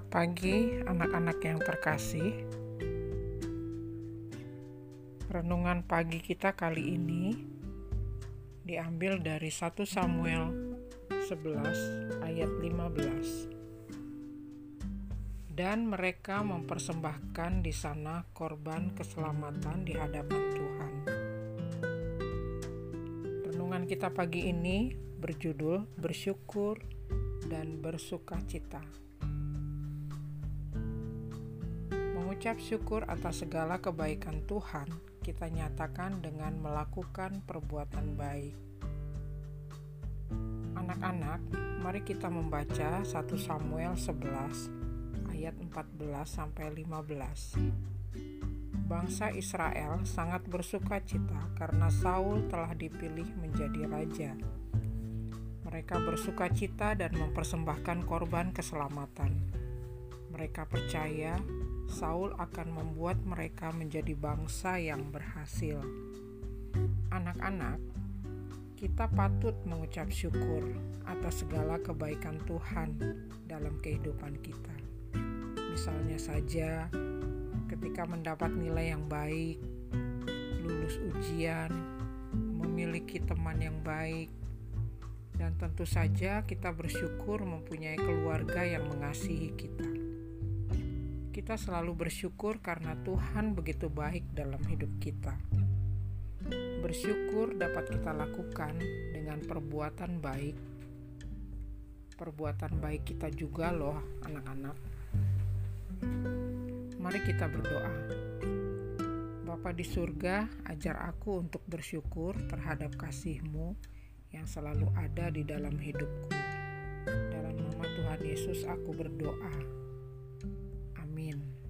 Selamat pagi anak-anak yang terkasih. Renungan pagi kita kali ini diambil dari 1 Samuel 11 ayat 15. Dan mereka mempersembahkan di sana korban keselamatan di hadapan Tuhan. Renungan kita pagi ini berjudul Bersyukur dan Bersukacita. Mengucap syukur atas segala kebaikan Tuhan, kita nyatakan dengan melakukan perbuatan baik. Anak-anak, mari kita membaca 1 Samuel 11 ayat 14-15. Bangsa Israel sangat bersukacita karena Saul telah dipilih menjadi raja. Mereka bersukacita dan mempersembahkan korban keselamatan. Mereka percaya Saul akan membuat mereka menjadi bangsa yang berhasil. Anak-anak, kita patut mengucap syukur atas segala kebaikan Tuhan dalam kehidupan kita. Misalnya saja, ketika mendapat nilai yang baik, lulus ujian, memiliki teman yang baik, dan tentu saja kita bersyukur mempunyai keluarga yang mengasihi kita. Kita selalu bersyukur karena Tuhan begitu baik dalam hidup kita. Bersyukur dapat kita lakukan dengan perbuatan baik. Perbuatan baik kita juga loh anak-anak. Mari kita berdoa. Bapa di surga, ajar aku untuk bersyukur terhadap kasih-Mu yang selalu ada di dalam hidupku. Dalam nama Tuhan Yesus aku berdoa. Amin.